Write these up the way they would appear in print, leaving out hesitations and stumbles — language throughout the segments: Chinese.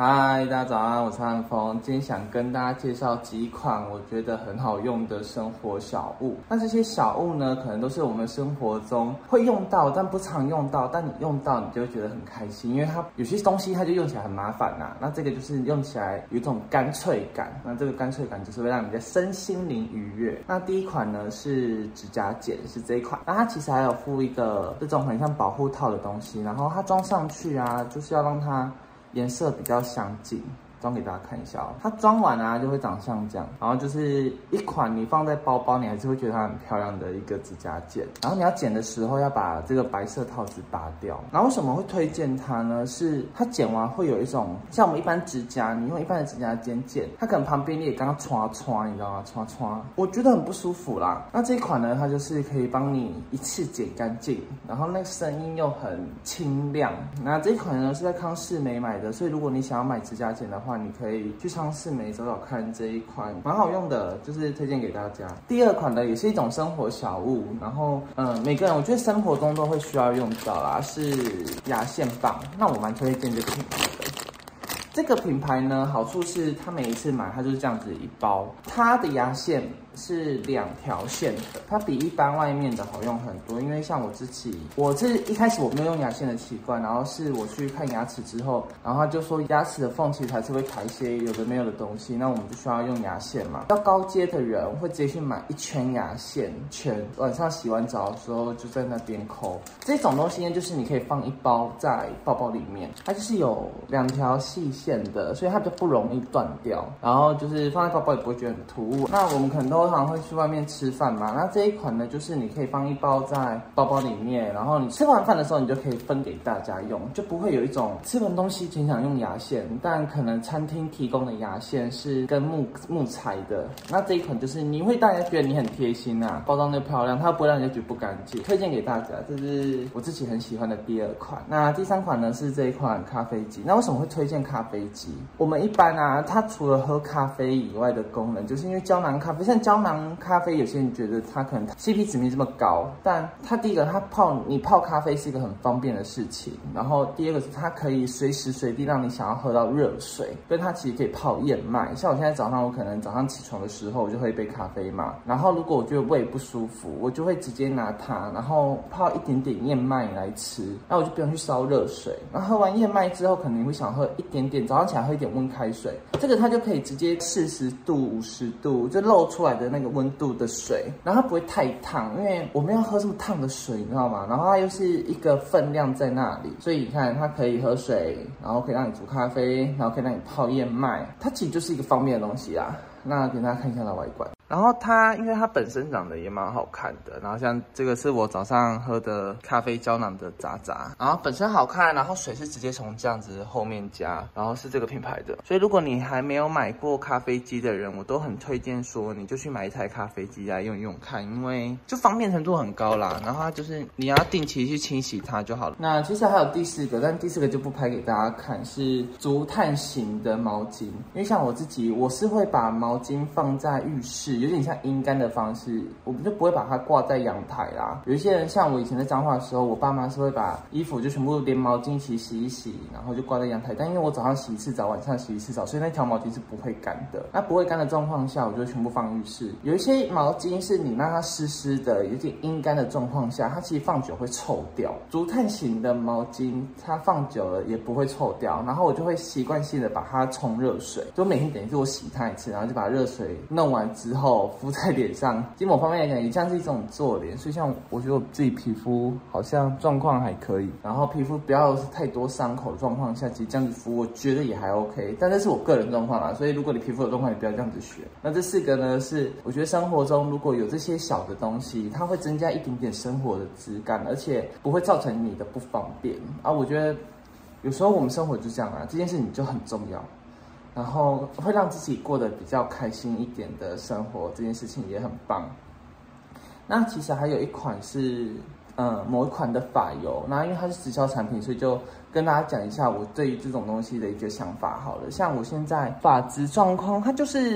嗨，大家早安，我是汉峰。今天想跟大家介绍几款我觉得很好用的生活小物。那这些小物呢，可能都是我们生活中会用到，但不常用到，但你用到你就会觉得很开心，因为它有些东西它就用起来很麻烦呐。那这个就是用起来有一种干脆感，那这个干脆感就是会让你的身心灵愉悦。那第一款呢是指甲剪，是这一款。那它其实还有附一个这种很像保护套的东西，然后它装上去啊，就是要让它颜色比较相近，装给大家看一下哦。它装完啊就会长像这样，然后就是一款你放在包包，你还是会觉得它很漂亮的一个指甲剪。然后你要剪的时候要把这个白色套子拔掉。然后为什么会推荐它呢？是它剪完会有一种像我们一般指甲，你用一般的指甲剪，它可能旁边你也刚刚刷，你知道吗？刷，我觉得很不舒服啦。那这一款呢，它就是可以帮你一次剪干净，然后那个声音又很清亮。那这一款呢是在康是美买的，所以如果你想要买指甲剪的话，你可以去康是美找找看，这一款蛮好用的，就是推荐给大家。第二款呢也是一种生活小物，然后每个人我觉得生活中都会需要用到啦，是牙线棒。那我蛮推荐这个品牌的。这个品牌呢，好处是它每一次买它就是这样子一包，它的牙线是2条线的，它比一般外面的好用很多。因为像我一开始我没有用牙线的习惯，然后是我去看牙齿之后，然后他就说牙齿的缝其实还是会卡一些有的没有的东西，那我们就需要用牙线嘛。比较高阶的人会直接去买一圈牙线圈，晚上洗完澡的时候就在那边抠。这种东西呢，就是你可以放一包在包包里面，它就是有2条细线的，所以它比较不容易断掉，然后就是放在包包也不会觉得很突兀。那我们可能都常会去外面吃饭嘛，那这一款呢，就是你可以放一包在包包里面，然后你吃完饭的时候，你就可以分给大家用，就不会有一种吃完东西挺想用牙线，但可能餐厅提供的牙线是跟木材的。那这一款就是你会大家觉得你很贴心啊，包装又漂亮，它不会让人家觉得不干净，推荐给大家。这是我自己很喜欢的第2款。那第3款呢是这一款咖啡机。那为什么会推荐咖啡机？我们一般啊，它除了喝咖啡以外的功能，就是因为胶囊咖啡，像胶囊咖啡，有些人觉得它可能 CP 值没这么高，但它第一个，你泡咖啡是一个很方便的事情，然后第二个是它可以随时随地让你想要喝到热水，跟它其实可以泡燕麦。像我现在早上，我可能早上起床的时候，我就喝一杯咖啡嘛，然后如果我觉得胃不舒服，我就会直接拿它，然后泡一点点燕麦来吃，那我就不用去烧热水。然后喝完燕麦之后，可能你会想喝一点点，早上起来喝一点温开水，这个它就可以直接40度、50度就漏出来的那个温度的水，然后它不会太烫，因为我们要喝这么烫的水，你知道吗？然后它又是一个分量在那里，所以你看它可以喝水，然后可以让你煮咖啡，然后可以让你泡燕麦，它其实就是一个方便的东西啦。那给大家看一下它外观。然后它因为它本身长得也蛮好看的，然后像这个是我早上喝的咖啡胶囊的渣渣，然后本身好看，然后水是直接从这样子后面加，然后是这个品牌的。所以如果你还没有买过咖啡机的人，我都很推荐说你就去买一台咖啡机来用用看，因为就方便程度很高啦。然后它就是你要定期去清洗它就好了。那其实还有第4个，但第4个就不拍给大家看，是竹炭型的毛巾。因为像我自己，我是会把毛巾放在浴室，有点像阴干的方式，我们就不会把它挂在阳台啦。有一些人像我以前在彰化的时候，我爸妈是会把衣服就全部连毛巾一起洗一洗，然后就挂在阳台。但因为我早上洗一次澡，晚上洗一次澡，所以那条毛巾是不会干的。那不会干的状况下，我就全部放浴室。有一些毛巾是你让它湿湿的，有点阴干的状况下，它其实放久会臭掉。竹炭型的毛巾，它放久了也不会臭掉。然后我就会习惯性的把它冲热水，就每天等于是我洗它一次，然后就把热水弄完之后敷在脸上，其实某方面来讲也像是一种做脸，所以像我觉得我自己皮肤好像状况还可以，然后皮肤不要太多伤口的状况下，其实这样子敷我觉得也还 OK， 但这是我个人状况啦，所以如果你皮肤有状况，你不要这样子学。那这4个呢，是我觉得生活中如果有这些小的东西，它会增加一点点生活的质感，而且不会造成你的不方便啊。我觉得有时候我们生活就这样啊，这件事情就很重要。然后会让自己过得比较开心一点的生活，这件事情也很棒。那其实还有一款是某一款的发油，那因为它是直销产品，所以就跟大家讲一下我对于这种东西的一个想法好了。像我现在发质状况，它就是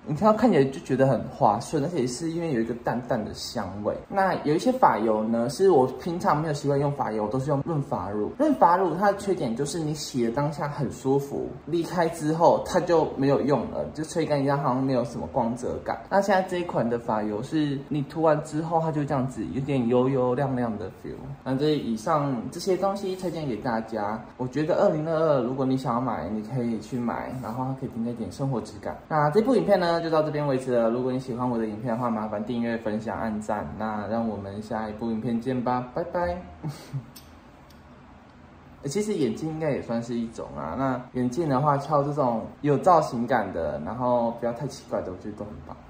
你看起来就觉得很滑顺，而且是因为有一个淡淡的香味。那有一些发油呢，是我平常没有习惯用发油，我都是用润发乳。润发乳它的缺点就是你洗的当下很舒服，离开之后它就没有用了，就吹干一样，好像没有什么光泽感。那现在这一款的发油是你涂完之后，它就这样子有点油油亮亮的 feel。那这以上这些东西推荐给大家，我觉得2022如果你想要买，你可以去买，然后它可以增加一点生活质感。那这部影片呢就到这边为止了。如果你喜欢我的影片的话，麻烦订阅、分享、按赞。那让我们下一部影片见吧，拜拜。其实眼镜应该也算是一种啊。那眼镜的话，挑这种有造型感的，然后不要太奇怪的，我觉得都很棒。